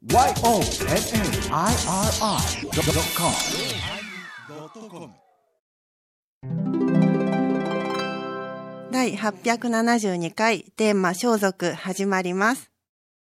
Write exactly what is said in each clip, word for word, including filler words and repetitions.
ワイオーエヌエヌアイアールアイドットコムだいはっぴゃくななじゅうにかいテーマ装束始まります。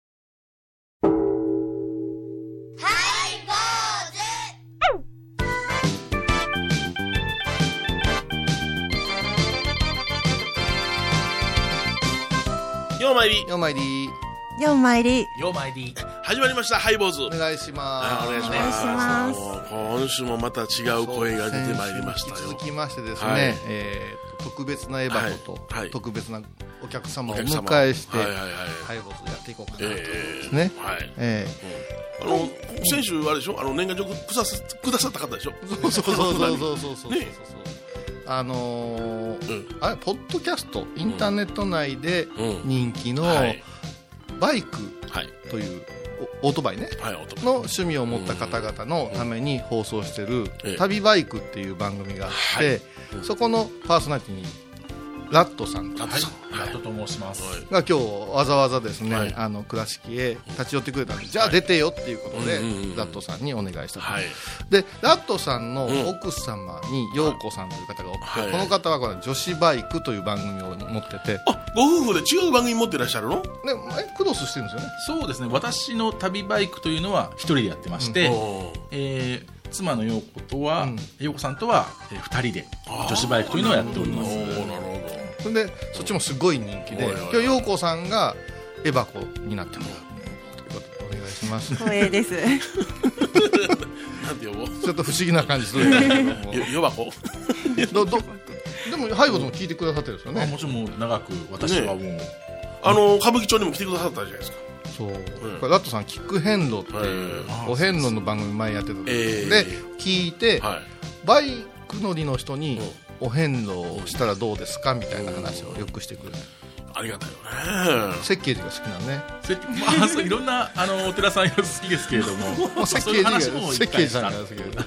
ようまいりようまいりようまいりようまいり始まりましたハイボーズ。 お願いします。 お願いします。今週もまた違う声が出てまいりましたよ。 続きましてですね、はい、えー、特別なエバコと、はいはい、特別なお客様をお迎えして、はいはいはい、ハイボーズやっていこうかなとですね、えーはいえーうん、あの先週あれでしょ、あの年賀状くださった方でしょ。 そうそうそうそうそうそうそう、ね、あのーうん、あれポッドキャストインターネット内で人気のバイクという、オートバイね、はい、の趣味を持った方々のために放送してる旅バイクっていう番組があって、はい、そこのパーソナリティにラットさんと、はい、 ラットと申しますが今日わざわざですね、はい、あの倉敷へ立ち寄ってくれたんで、じゃあ出てよっていうことで、はい、ラットさんにお願いしたと、はい、でラットさんの奥様に陽子さんという方がおって、はい、この方はこれ女子バイクという番組を持ってて、 あ、ご夫婦で違う番組持ってらっしゃるの？ でクロスしてるんですよね。 そうですね、私の旅バイクというのは一人でやってまして、うん、えー妻の陽子とは、うん、陽子さんとは、えー、ふたりで女子バイクというのをやっております。なるほど、なるほど。 それでそっちもすごい人気で、今日陽子さんがエバコになってもらうということでお願いします。 光栄ですなんて呼ぼう、 ちょっと不思議な感じするんですけどもヨバコどどでもハイボーズも聞いてくださってるんですよね。 あ、もちろんもう長く私はもう、ね、 あの歌舞伎町にも来てくださったじゃないですか。 そう、うん、これラットさんキック遍路っていうお遍路の番組前やってたんで、えー、で聞いて、はい、バイク乗りの人にお遍路をしたらどうですかみたいな話をよくしてくれる。 ありがたいよね。 設計図が好きなのね。 まあ、そういろんなあのお寺さん好きですけれども設計図が設計図さんが好きです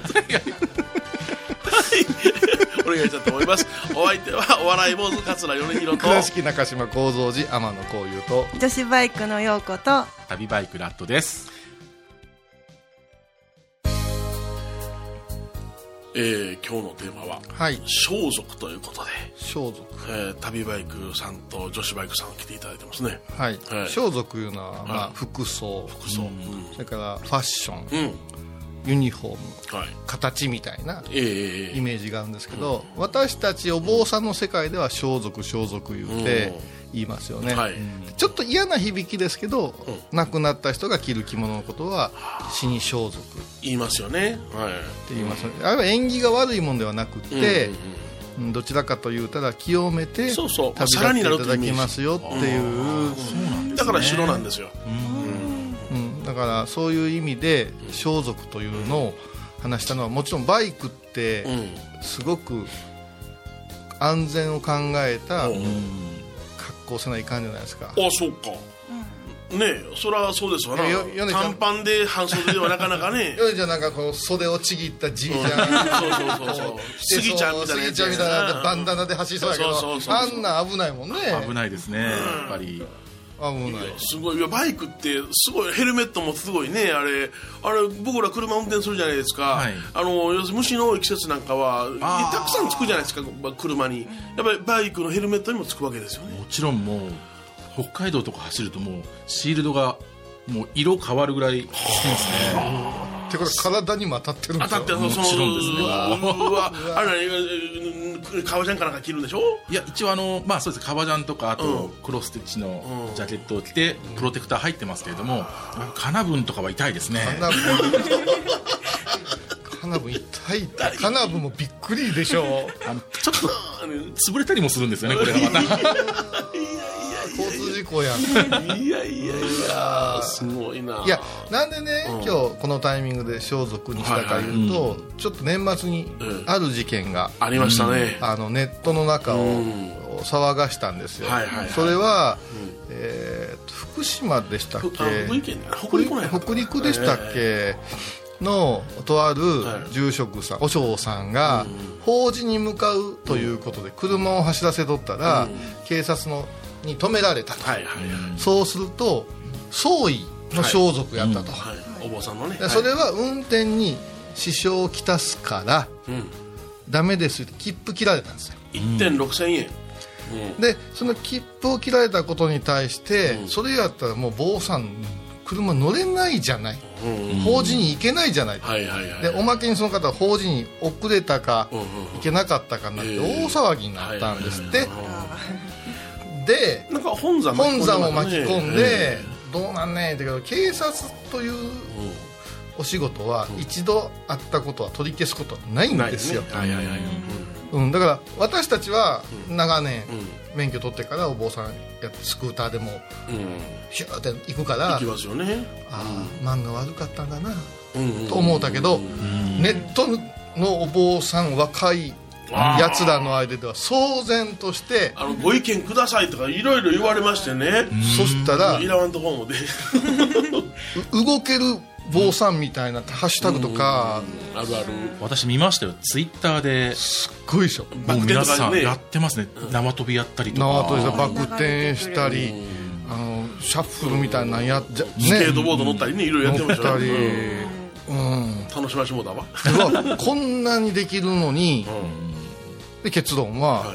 お願いしたいと思います。お相手はお笑い坊主桂米広と倉敷中島幸三寺天野幸雄と女子バイクの陽子と旅バイクラットです。 えー、今日のテーマは、はい、装束ということで、 装束、 えー、旅バイクさんと女子バイクさんを来ていただいてますね。 はい、はい、装束いうのは、まあ、服装、 服装、うん、 それからファッション、うん、ユニフォーム、はい、形みたいなイメージがあるんですけど、えー、私たちお坊さんの世界では装束装束言うて言いますよね、はい、ちょっと嫌な響きですけど、うん、亡くなった人が着る着物のことは死に装束言いますよね、はい、 って言いますよね。あれは縁起が悪いもんではなくて、うんうん、どちらかというたら清めて旅立っていただきますよっていう、 だから白なんですよ。 うん、だからそういう意味で装束というのを話したのは、もちろんバイクってすごく安全を考えた格好せないかんじゃないですか。 あ、そうか、うん、ねえ、そりゃそうですわな。短パンで半袖ではなかなかねヨネちゃんなんかこう袖をちぎったじいちゃんそうそうそうそうスギちゃんみたいなやつやな、バンダナで走りそうやけど、そうそうそうそう、あんな危ないもんね。 危ないですね、やっぱり危ない。 すごい。いやバイクってすごい、ヘルメットもすごいね。あれあれ僕ら車運転するじゃないですか、はい、あの要するに虫の多い季節なんかはたくさんつくじゃないですか、車に。やっぱりバイクのヘルメットにもつくわけですよね。 もちろん、もう北海道とか走るともうシールドがもう色変わるぐらいつきますね。 ってこれ体にも当たってるんですよ。 当たってる。もちろんですね。うわあれ革ジャンかなんか着るんでしょ。 いや、一応あの、まあそうです、革ジャンとかあとクロスステッチのジャケットを着てプロテクター入ってますけれども、カナブンとかは痛いですね。 カナブンカナブン痛い。カナブンもびっくりでしょう。 あのちょっと潰れたりもするんですよね、これはまた交通事故やん。 いやいやいや、すごいな。 いや、なんでね、うん、今日このタイミングで装束にしたかいうと、はいはい、うん、ちょっと年末にある事件が、 うん、ありましたね。 あのネットの中を騒がしたんですよ、うん、はいはいはい、それは、うん、えー、福島でしたっけ、 福井県、北陸なんや、 北陸でしたっけ、えー、のとある住職さん、和尚さんが法事に向かうということで車を走らせとったら、うん、警察のに止められた、はいはいはい、そうすると総意の装束やったと、 はいはい、お坊さんのね。 それは運転に支障をきたすから、うん、ダメですって切符切られたんですよ。 いってんろくせんえん、 うん、でその切符を切られたことに対して、うん、それやったらもう坊さん車乗れないじゃない、うん、法事に行けないじゃない、はいはいはい、でおまけにその方は法事に遅れたか、うんうん、行けなかったかなって大騒ぎになったんですって、でなんか本山本山を巻き込んで、うん、どうなんねんってけど警察というお仕事は一度会ったことは取り消すことはないんですよ、うん、だから私たちは長年免許取ってからお坊さんやってスクーターでもヒューって行くから行きますよね、 ああ漫画悪かったんだなと思うたけど、ネットのお坊さん若いやつらの間では騒然としてあのご意見くださいとかいろいろ言われましてね、 そしたらいらわんとこもで動ける坊さんみたいなハッシュタグとかあるある、 私見ましたよ、ツイッターですっごいでしょ、 もう皆さんやってますね、縄跳びやったりとか縄跳びバク転したり、あのシャッフルみたいなのやっちゃ、ね、 スケートボード乗ったりね、いろいろやってましたり、うん、 楽しましもだわこんなにできるのに、で結論は、はい、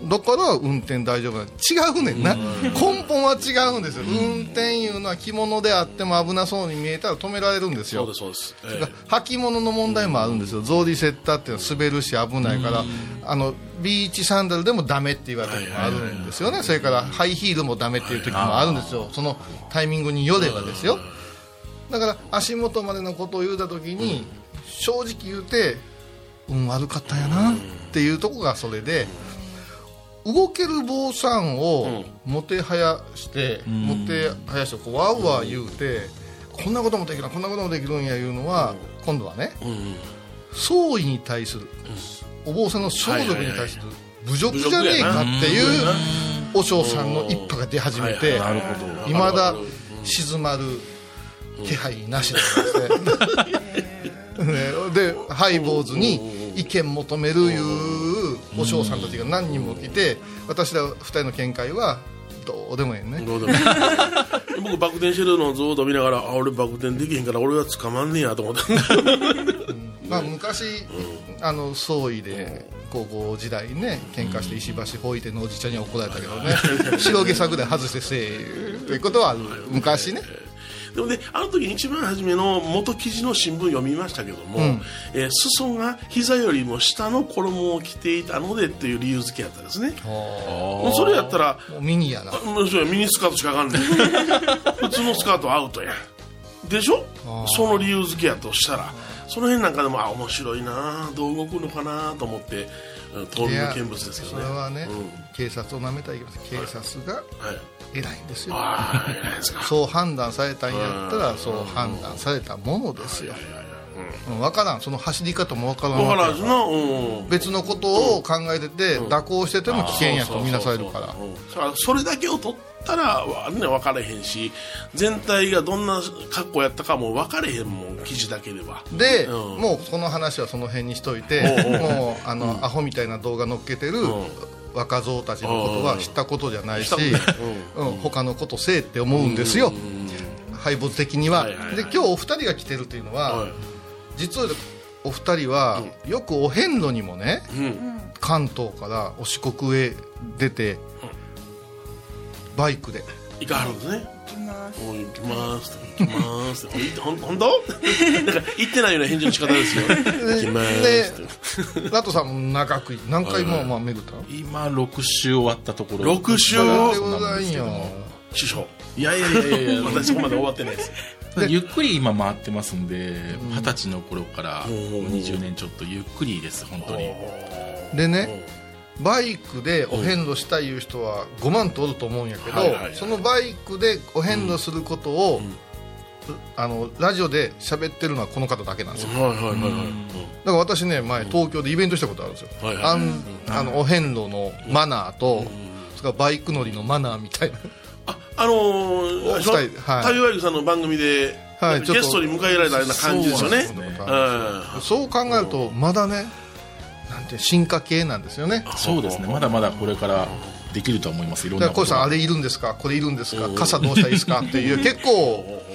だから運転大丈夫な、違うねんな、うん、根本は違うんですよ、うん、運転いうのは着物であっても危なそうに見えたら止められるんですよ。 そうですそうです、 えー、履物の問題もあるんですよ、草履セッターっていうのは滑るし危ないから、うん、あのビーチサンダルでもダメって言われる時もあるんですよね、それからハイヒールもダメっていう時もあるんですよ、そのタイミングによればですよ。だから足元までのことを言うた時に、正直言うて運悪かったんやなっていうとこがそれで、動ける坊さんをもてはやして、うん、もてはやしてこうワーワー言うて、こんなこともできるこんなこともできるんやいうのは、今度はね、うん、僧衣に対する、うん、お坊さんの装束に対する侮辱じゃねえかっていう和尚さんの一派が出始めて、いまだ静まる気配なしなんですねでハイボーズに意見求めるいうお嬢さんたちが何人も来て、私らふたりの見解はどうでもいいね。どうでもいい僕バク転してるのをずっと見ながら、あ俺バク転できへんから俺は捕まんねえやと思って、 うんまあ、昔、うん、あの総意で高校時代にね喧嘩して石橋ほいてのおじちゃんには怒られたけどね白毛作で外してせえということは昔ね。 でもね、あの時に一番初めの元記事の新聞読みましたけども、うんえー、裾が膝よりも下の衣を着ていたのでっていう理由付けやったんですね。もうそれやったらミニやな、 ミニスカートしかあかんねん普通のスカートアウトやでしょ、その理由付けやとしたら、その辺なんかでもあ面白いな、どう動くのかなと思って通りの見物ですけどね。 それはね、うん、警察をなめたらいけません。警察が、はい偉いんですよ。そう判断されたんやったらそう判断されたものですよ。うん、分からん、その走り方も分からんわけだから、うん、別のことを考えてて、うん、蛇行してても危険やと見なされるから、 それだけを取ったら、ね、分かれへんし、全体がどんな格好やったかも分かれへんもん、記事だけでは。 で、うん、もうこの話はその辺にしといてもうあの、うん、アホみたいな動画載っけてる、うん若造たちのことは知ったことじゃないし、うんうん、他のことせえって思うんですよ、敗北的には、はいはいはい、で今日お二人が来てるというのは、はい、実はお二人は、うん、よくお遍路にもね、うん、関東からお四国へ出て、うん、バイクで行かはるんですね。行きます行きます行きますほんほんとなんか行ってないような返事の仕方ですよ行きますでラトさんも長く何回もまあ巡ったの？ 今ろく周終わったところろく周でございよ師匠いやいやいやいや私そこまで終わってないですゆっくり今回ってますんで、二十歳の頃からにじゅうねんちょっとゆっくりです本当に。 でねバイクでお遍路したいいう人はごまんとおると思うんやけど、はいはい、そのバイクでお遍路することを、うん、あのラジオで喋ってるのはこの方だけなんですよ、はいはいはいはい、だから私ね前東京でイベントしたことあるんですよ、はいはいはい、あんあのお遍路のマナーと、うん、それからバイク乗りのマナーみたいなあ、あのー、太陽アイクさんの番組で、はい、ゲストに迎えられたような感じですよね。そう、ねうん、そう考えるとまだねなんて進化系なんですよね。 そうですねまだまだこれからできると思います。いろんなことだから小石さんあれいるんですかこれいるんですか傘どうしたらいいですかっていう結構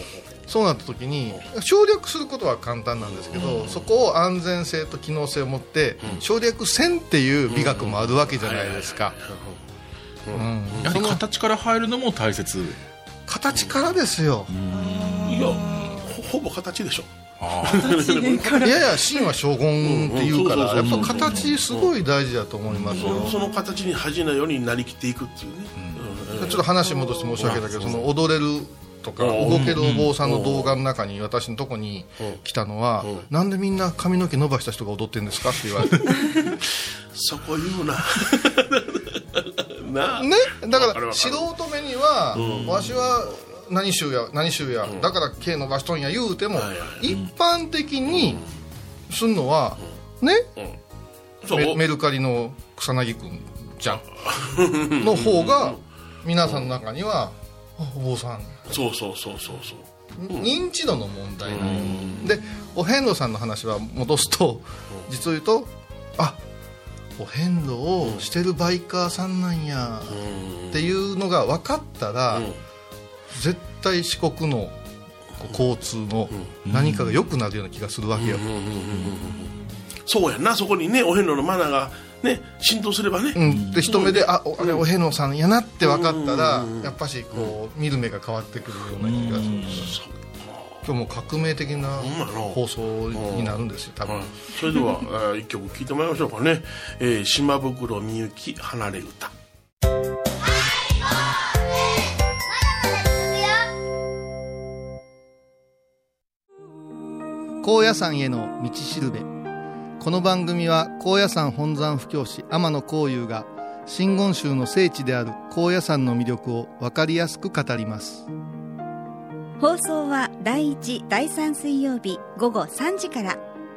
そうなった時に省略することは簡単なんですけど、そこを安全性と機能性を持って省略せんっていう美学もあるわけじゃないですか。 やはり形から入るのも大切。 形からですよ。 いや ほ, ほぼ形でしょ。 いやいや芯は将軍っていうからやっぱ形すごい大事だと思いますよ。 その形に恥じないようになりきっていくっていうね、 うん、ちょっと話戻して申し訳ないけど、その踊れるとか動けるお坊さんの動画の中に私のとこに来たのは、なんでみんな髪の毛伸ばした人が踊ってるんですかって言われてそこ言うななね、だから素人目には、うん、わしは何州や何州や、うん、だから毛伸ばしとんや言うても、はいはいはい、一般的にすんのは、うん、ね、うん、メ, メルカリの草薙くんじゃんの方が皆さんの中には、うん、お坊さん、 そうそうそうそうそう、 うん、認知度の問題なんよ、うん、でお遍路さんの話は戻すと、うん、実を言うとあお遍路をしてるバイカーさんなんやっていうのが分かったら、うん、絶対四国の交通の何かが良くなるような気がするわけよ、うんうんうんうん、 そうやんな。そこにねお遍路のマナーがね浸透すればね、 うん、で一目で、うん、ああれお遍路さんやなって分かったら、うんうんうん、やっぱしこう見る目が変わってくるような気がする、うん、今日も革命的な放送になるんですよ多分、うん、 それでは一曲聴いてもらいましょうかね、えー、島袋みゆき離れ歌。 高野山への道しるべ。この番組は高野山本山布教師天野幸雄が真言宗の聖地である高野山の魅力を分かりやすく語ります。 放送はだいいち、だいさん水曜日午後さんじから。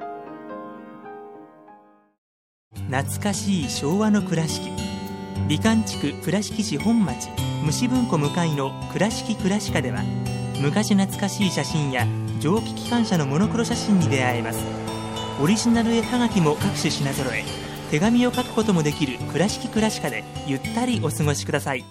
懐かしい昭和の倉敷、美観地区倉敷市本町虫文庫向かいの倉敷倉歯科では、昔懐かしい写真や蒸気機関車のモノクロ写真に出会えます。オリジナル絵はがきも各種品揃え、手紙を書くこともできる倉敷倉歯科でゆったりお過ごしください。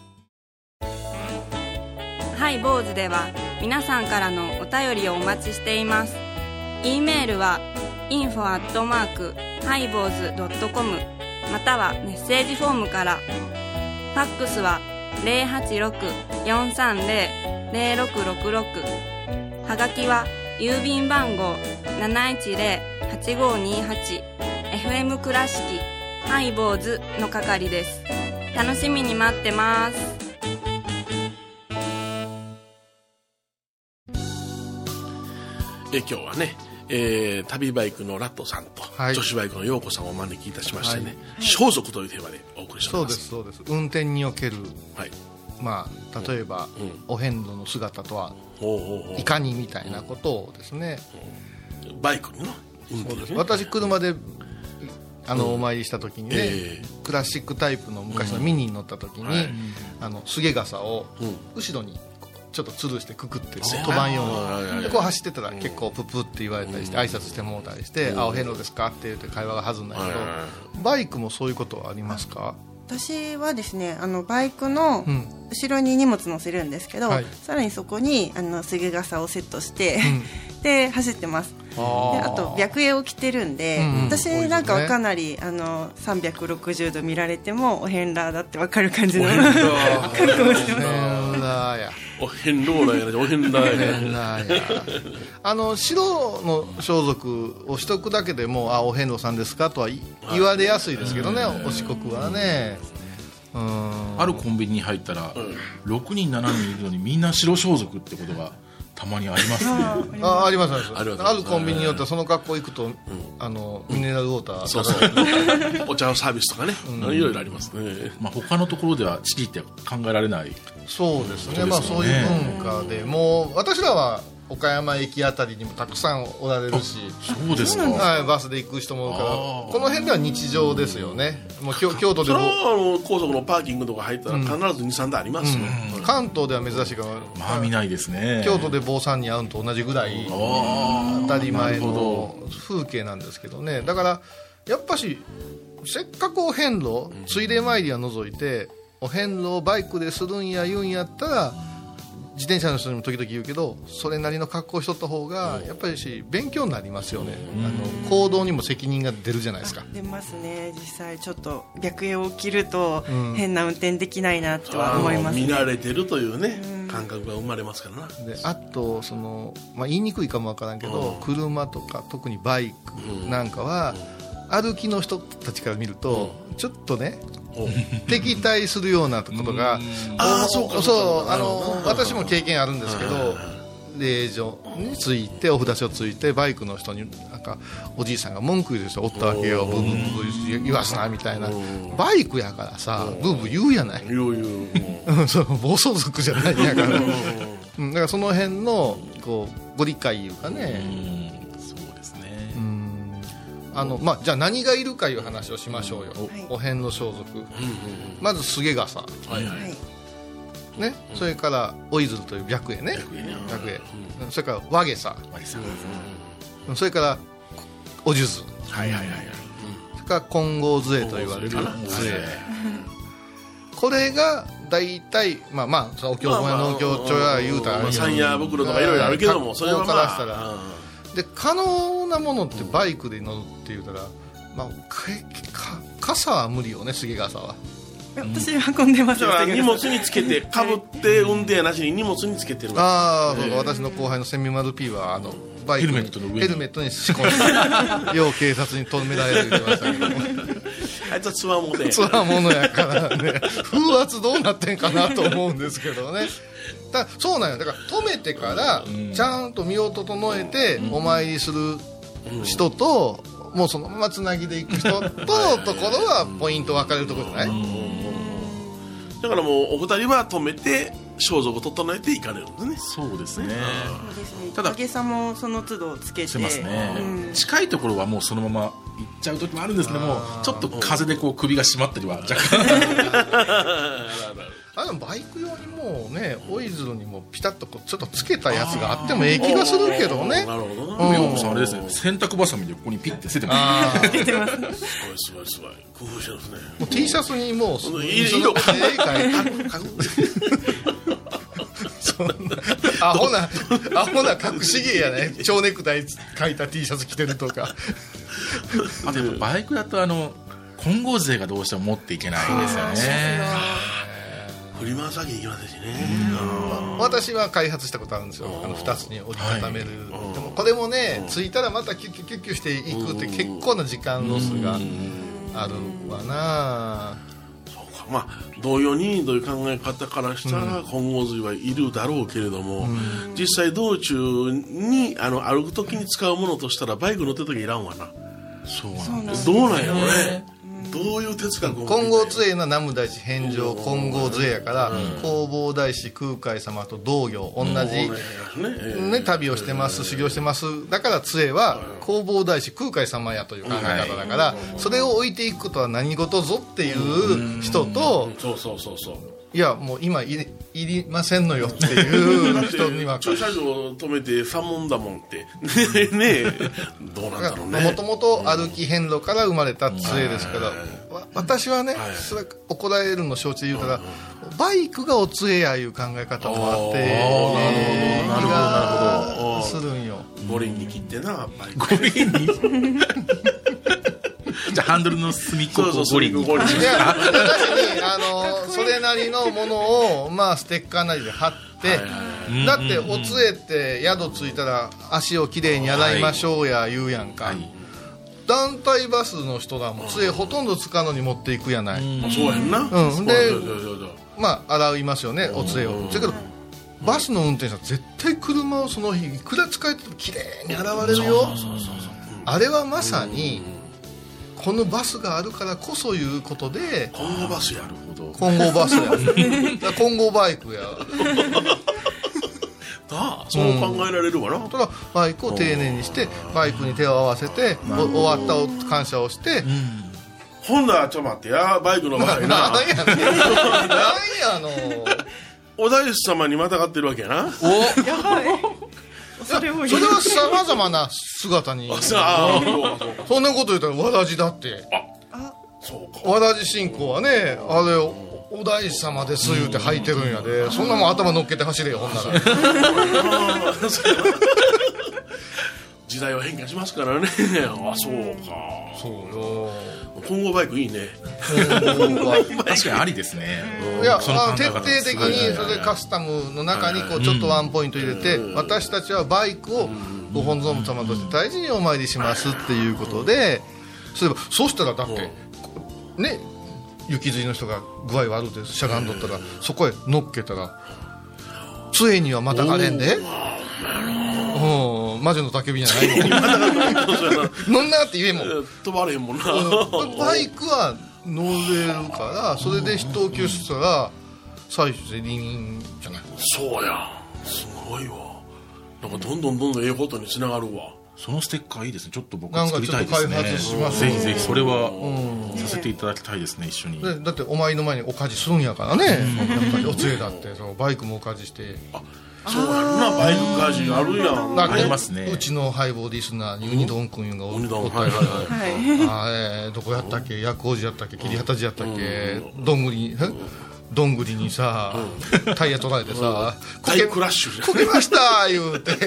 ハイボーズでは皆さんからのお便りをお待ちしています。 E メールは インフォ アットマーク ハイボーズ ドットコム またはメッセージフォームから。ファックスは ゼロはちろく よんさんゼロ ゼロろくろくろく、 はがきは郵便番号 なないちゼロ はちごにはち エフエム 倉敷ハイボーズの係です。楽しみに待ってます。 え今日はね、えー、旅バイクのラットさんと、はい、女子バイクの陽子さんをお招きいたしましてね、はい、装束というテーマでお送りしております。 そうですそうです。運転における、はい、まあ例えば、うん、お遍路の姿とは、うん、いかにみたいなことをですね、 うん、バイクの運転、ね、そうです。私車であの、うん、お参りした時にね、えー、クラシックタイプの昔のミニに乗った時に、うん、はい、あのすげ傘を後ろにちょっと吊るしてくくって飛ばんようにでこう走ってたら結構ププって言われたりして挨拶してもうたりして、あお遍路ですかって言って会話が弾んだけど、バイクもそういうことはありますか？ 私はですね、あのバイクの後ろに荷物乗せるんですけど、うん、さらにそこにあのすげ傘をセットして、うん、で走ってます。であと白衣を着てるんで、うん、私なんかはかなり、ね、あのさんびゃくろくじゅうど見られてもお遍路だって分かる感じの覚悟してます。 お遍路だやお遍路やあの白の装束をしとくだけでもあお遍路さんですかとは言われやすいですけどね、お四国はね。 うん、あるコンビニに入ったら、うん、ろくにんしちにんいるのにみんな白装束ってことがたまにありますね。 あありますあります。あるあるコンビニによってはその格好行くと、うん、あのミネラルウォーター、 そうそうお茶のサービスとかね、うん、いろいろありますね。 まあ、他のところではチキって考えられない。 そうですね。まあそういう文化でもう私らは岡山駅あたりにもたくさんおられるし、 そうですか、 はい、バスで行く人もいるからこの辺では日常ですよね。もう京京都でもそれはあの高速のパーキングとか入ったら必ず にさんだいありますよ、 うんうん、関東では珍しいからまあ見ないですね。 京都で坊さんに会うのと同じぐらい当たり前の風景なんですけどね。だからやっぱしせっかくお遍路ついで参りは除いてお遍路をバイクでするんや言うんやったら自転車の人にも時々言うけど、それなりの格好をしとった方がやっぱりし勉強になりますよね。あの行動にも責任が出るじゃないですか。 出ますね。実際ちょっと白衣を着ると変な運転できないなとは思いますね。 見慣れてるというね、感覚が生まれますからな。 であとその、まあ、言いにくいかもわからんけど、車とか特にバイクなんかは、歩きの人たちから見るとちょっとね敵対するようなことが、 ああそうかそうあの私も経験あるんですけど、令状についてお札書ついてバイクの人になんかおじいさんが文句言う人おったわけよ。ブーブーブー言わすなみたいな。バイクやからさブーブー言うやない。 言う言うそう暴走族じゃないんやからだからその辺のこうご理解いうかね。 そうですね。 あのまあ、じゃあ何がいるかいう話をしましょうよ、はい、お遍路装束、うんうんうん、まず菅笠、はいはいね、それからおいずるという白衣ね、白衣、うん、それから和げさ、うん、それからお数珠、はいはいはいはい、それから金剛杖と言われる杖、これが大体まあまあお経本屋のお経帳や言うたら三夜袋とかいろいろあるけども、それはまあで可能なものってバイクで乗るって言うたら、まあ、か傘は無理よね。菅笠は私運んでますよ。 だから荷物につけてかぶって運転やなしに荷物につけてる。 ああ、そうか。私の後輩の千味丸 P はあのバイクヘルメットの上にヘルメットに仕込んで要警察に止められる言ってましたけどあいつはつわものでつわものやからね風圧どうなってんかなと思うんですけどね。だそうなんよ。だから止めてからちゃんと身を整えてお参りする人と、もうそのままつなぎで行く人とところはポイント分かれるところじゃない。 だからもうお二人は止めて装束を整えて行かれるんですね。 そうですね。 ただ影さもその都度つけてますね、 うん、近いところはもうそのまま行っちゃう時もあるんですけども、ちょっと風でこう首が締まったりは若干あのバイク用にもうね、オイズルにもピタッとこうちょっとつけたやつがあってもええ気がするけどね。 なるほどな。 ヨウコさんあれですね、洗濯バサミでここにピッて捨ててます。 捨ててます。 すごいすごいすごい。工夫してますね。 もう T シャツにもう色色アホなアホな隠し芸やね。蝶ネクタイ書いた T シャツ着てるとか。 あとやっぱバイクだとあの金剛杖がどうしても持っていけないんですよね。 振り回さなきゃいけませんしね。 私は開発したことあるんですよ。あのふたつに折りたためる、はい、でもこれもね、ついたらまたキュッキュッキュッキュしていくって結構な時間ロスがあるわな。 そうか、まあ同様にどういう考え方からしたら金剛杖はいるだろうけれども、うん、実際道中にあの歩く時に使うものとしたらバイク乗ってる時いらんわな。 そうなんです。 どうなんやろね。どういう哲学を金剛杖の南無大師返上金剛杖やから、弘法大師空海様と同行同じ、ね、旅をしてます修行してます。だから杖は弘法大師空海様やという考え方だから、それを置いていくことは何事ぞっていう人と、 そうそうそうそう、 いやもう今い り, いりませんのよっていう人には駐車場を止めて三門だもんってねえどうなんだろうね。 もともと歩き遍路から生まれた杖ですから、私はね、はい、それ怒られるの承知で言うたら、バイクがお杖やいう考え方もあって、えー、なるほどなるほどするんよ。 五輪に切ってなバイク五輪にじゃあハンドルの隅っこをゴリに。いや、 私にあのそれなりのものをまあステッカーなりで貼って、だってお杖って宿ついたら足をきれいに洗いましょうや言うやんか。はいはい、団体バスの人らも杖ほとんど使うのに持っていくやない。 うん、そうやんな。 うん、で、まあ洗いますよねお杖を。だけどバスの運転手は絶対車をその日いくら使えてもきれいに洗われるよ。あれはまさにこのバスがあるからこそいうことで、 金剛バスやるほど金剛バスや金剛バイクやああそう考えられるわな。 うん、ただバイクを丁寧にしてバイクに手を合わせて終わったを感謝をして、うん、 ほんならちょっと待ってや、バイクの場合な何やねん何やのお大師様にまたがってるわけやな。 おやばいそれをそれはさまざまな姿にそんなこと言ったらわらじだって。 あそうか。 わらじ信仰はね、あれお大師様です言うて履いてるんやで、そんなもん頭乗っけて走れよほんなら時代は変化しますからね。あ、そうか。 そうよ。 混合バイクいいね。 確かにありですね。 いや、徹底的にそれでカスタムの中にこうちょっとワンポイント入れて、私たちはバイクをご本尊様として大事にお参りしますっていうことで、そういえばそうしたらだってね、雪吊りの人が具合悪くてしゃがんどったらそこへ乗っけたら杖にはまたがれんで。うん、魔女の焚き火じゃないの乗んなって言えもん飛ばれへんもんな。 バイクは乗れるからそれで人を救出したら最終で輪じゃない。 そうや、すごいわ。なんかどんどんどんどんええことにつながるわ。 そのステッカーいいですね。ちょっと僕は作りたいですね。 なんかちょっと開発します。 ぜひぜひそれはさせていただきたいですね、一緒に。 だってお前の前にお家事するんやからね、やっぱりお杖だってそのバイクもお家事して。あ、 そうやんな、バイクカージあるやん。 ありますね。 うちのハイボーリスナーにウニドン君がおる。ウニドン、はいはいはい。どこやったっけ、薬王寺やったっけ、桐畑寺やったっけ、どんぐりどんぐりにさタイヤ取られてさ、 タイヤクラッシュじゃん。 こけました言うて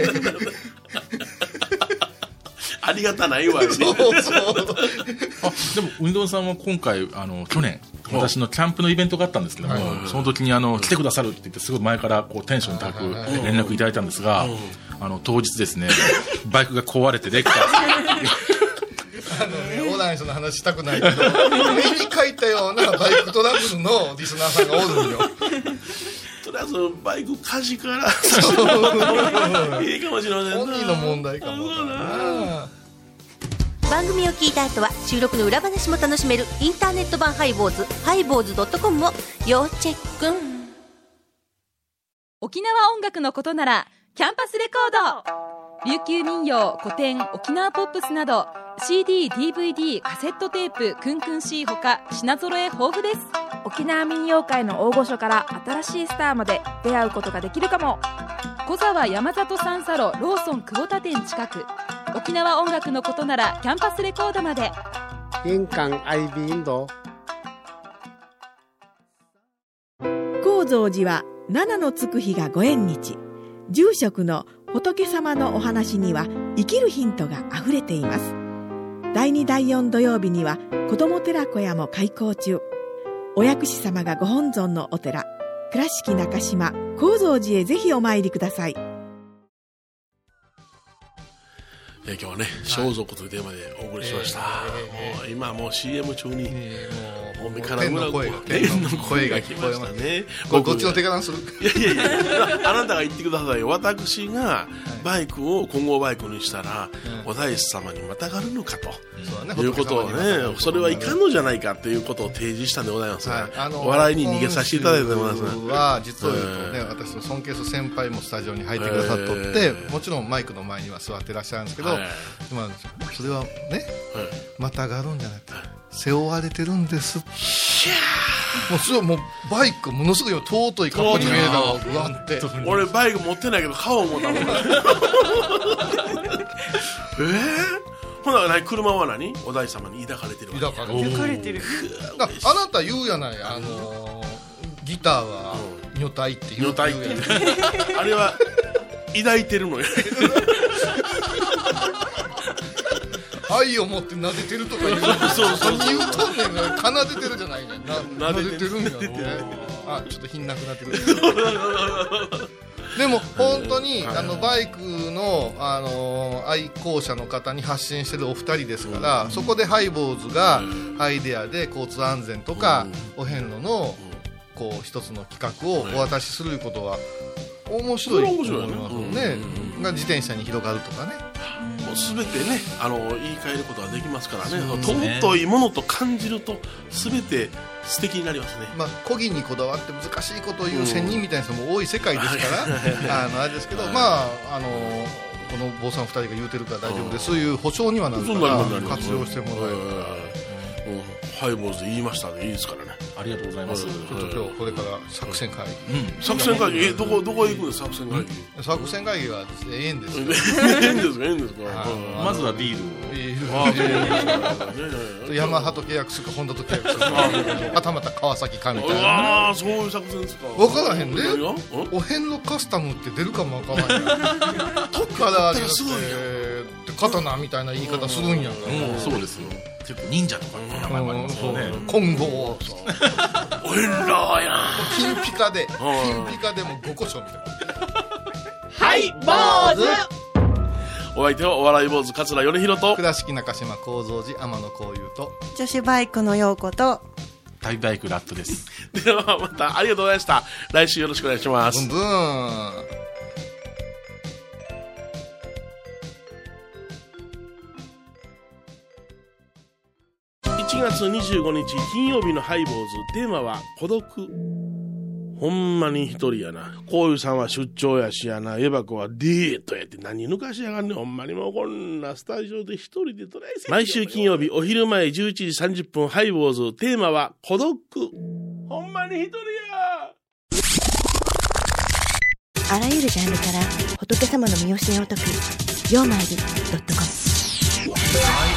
ありがたないわよね。 そうそう。 あ、でもウニドンさんは今回あの去年私のキャンプのイベントがあったんですけども、その時にあの来てくださるって言ってすごい前からこうテンション高く連絡いただいたんですが、あの当日ですねバイクが壊れてできたあのね、オーダーの話したくないけど絵に描いたようなバイクトラブルのリスナーさんがおるんよ。 とりあえずバイク火事からいいかもしれません。 本人の問題かもな。 番組を聞いた後は収録の裏話も楽しめるインターネット版ハイボーズハイボーズドットコムを要チェック。 沖縄音楽のことならキャンパスレコード、琉球民謡、古典、沖縄ポップスなど シーディー、ディーブイディー、カセットテープ、クンクン C ほか品揃え豊富です。 沖縄民謡界の大御所から新しいスターまで出会うことができるかも。 小沢山里三佐路ローソン久保田店近く。沖縄音楽のことならキャンパスレコードまで。 印鑑 アイビー インド高蔵寺は七のつく日がご縁日。住職の仏様のお話には生きるヒントがあふれています。だいにだいよん土曜日には子ども寺小屋も開校中。お薬師様がご本尊のお寺、倉敷中島・高蔵寺へぜひお参りください。 えー、今日はね、装束というテーマでお送りしました。えー、もう今もう シーエム 中に、えー、もう目から天の声が天の声が聞こえましたね。 こっちの手柄する。 いやいやいや、あなたが言ってくださいよ。私がバイクを混合バイクにしたら、うん、お大師様にまたがるのかと、うん、いうことをね、それはいかんのじゃないかということを提示したんでございますが、はい、あのー、笑いに逃げさせていただいてます。 は実は言うとね、私の尊敬する先輩もスタジオに入ってくださっとって、えー、もちろんマイクの前には座ってらっしゃるんですけど、はい、まあ、それはね、はい、またがるんじゃなくて背負われてるんです。もうそれはもうバイクものすごい尊い過去に見えたわうわって。 俺バイク持ってないけど顔思ったもん。えー、ほな車は何？お大師様に抱かれてるわけ。 抱かれてる。 あなた言うやない、あのー、ギターは女体って言うやない。 あれは抱いてるのよ。 愛を持って撫でてるとか言う。そうそう、何言うとんねんが奏でてるじゃないねんな。撫でてるんやって。あ、ちょっと品なくなってくる。でも本当にあのバイクの、あのー、愛好者の方に発信してるお二人ですから、うん、そこでハイボーズがアイデアで交通安全とか、うん、お遍路のこう一つの企画をお渡しすることは面白いと思いますね。が自転車に広がるとかね。 もう全てね、あの言い換えることができますからね。尊いものと感じると全て素敵になりますね。 まあ漕ぎにこだわって難しいことを言う仙人みたいな人も多い世界ですから、あのあれですけど、まああのこの坊さんふたりが言うてるから大丈夫です。そういう保証にはなるから活用してもらえるから。 ハイボーズで言いましたでいいですからね。 ありがとうございます。ちょっと今日これから作戦会議、 うん、作戦会議、えどこどこへ行くんですか、作戦会議、 うん、作戦会議はですね、ええんですよ。 ええんですか、ええんですか。 まずはビールビールヤマハと契約するかホンダと契約するかはたまた川崎かみたいな。 ああ、そういう作戦ですか。 分からへんで、お遍路カスタムって出るかも分からへんやん。特からすごい刀みたいな言い方するんやんか。 そうですよ。結構忍者とかの名前もありますよね。 金剛お遍路や金ピカで金ピカでもごこしょみたいな。 はい坊主。お相手はお笑い坊主桂米宏と倉敷中島幸三寺天野幸雄と女子バイクの陽子とタイバイクラットです。 ではまたありがとうございました。来週よろしくお願いします。 ブンブーン。 いちがつにじゅうごにち金曜日のハイボーズ、テーマは孤独。ほんまに一人やな。こういうさんは出張やしやな。エバコはデートやって何抜かしやがんねん。ほんまにもうこんなスタジオで一人でトライせん。毎週金曜日お昼前じゅういちじさんじゅっぷんハイボーズ、テーマは孤独。ほんまに一人や。 あらゆるジャンルから仏様の身教えを解く曜マイルドットコム。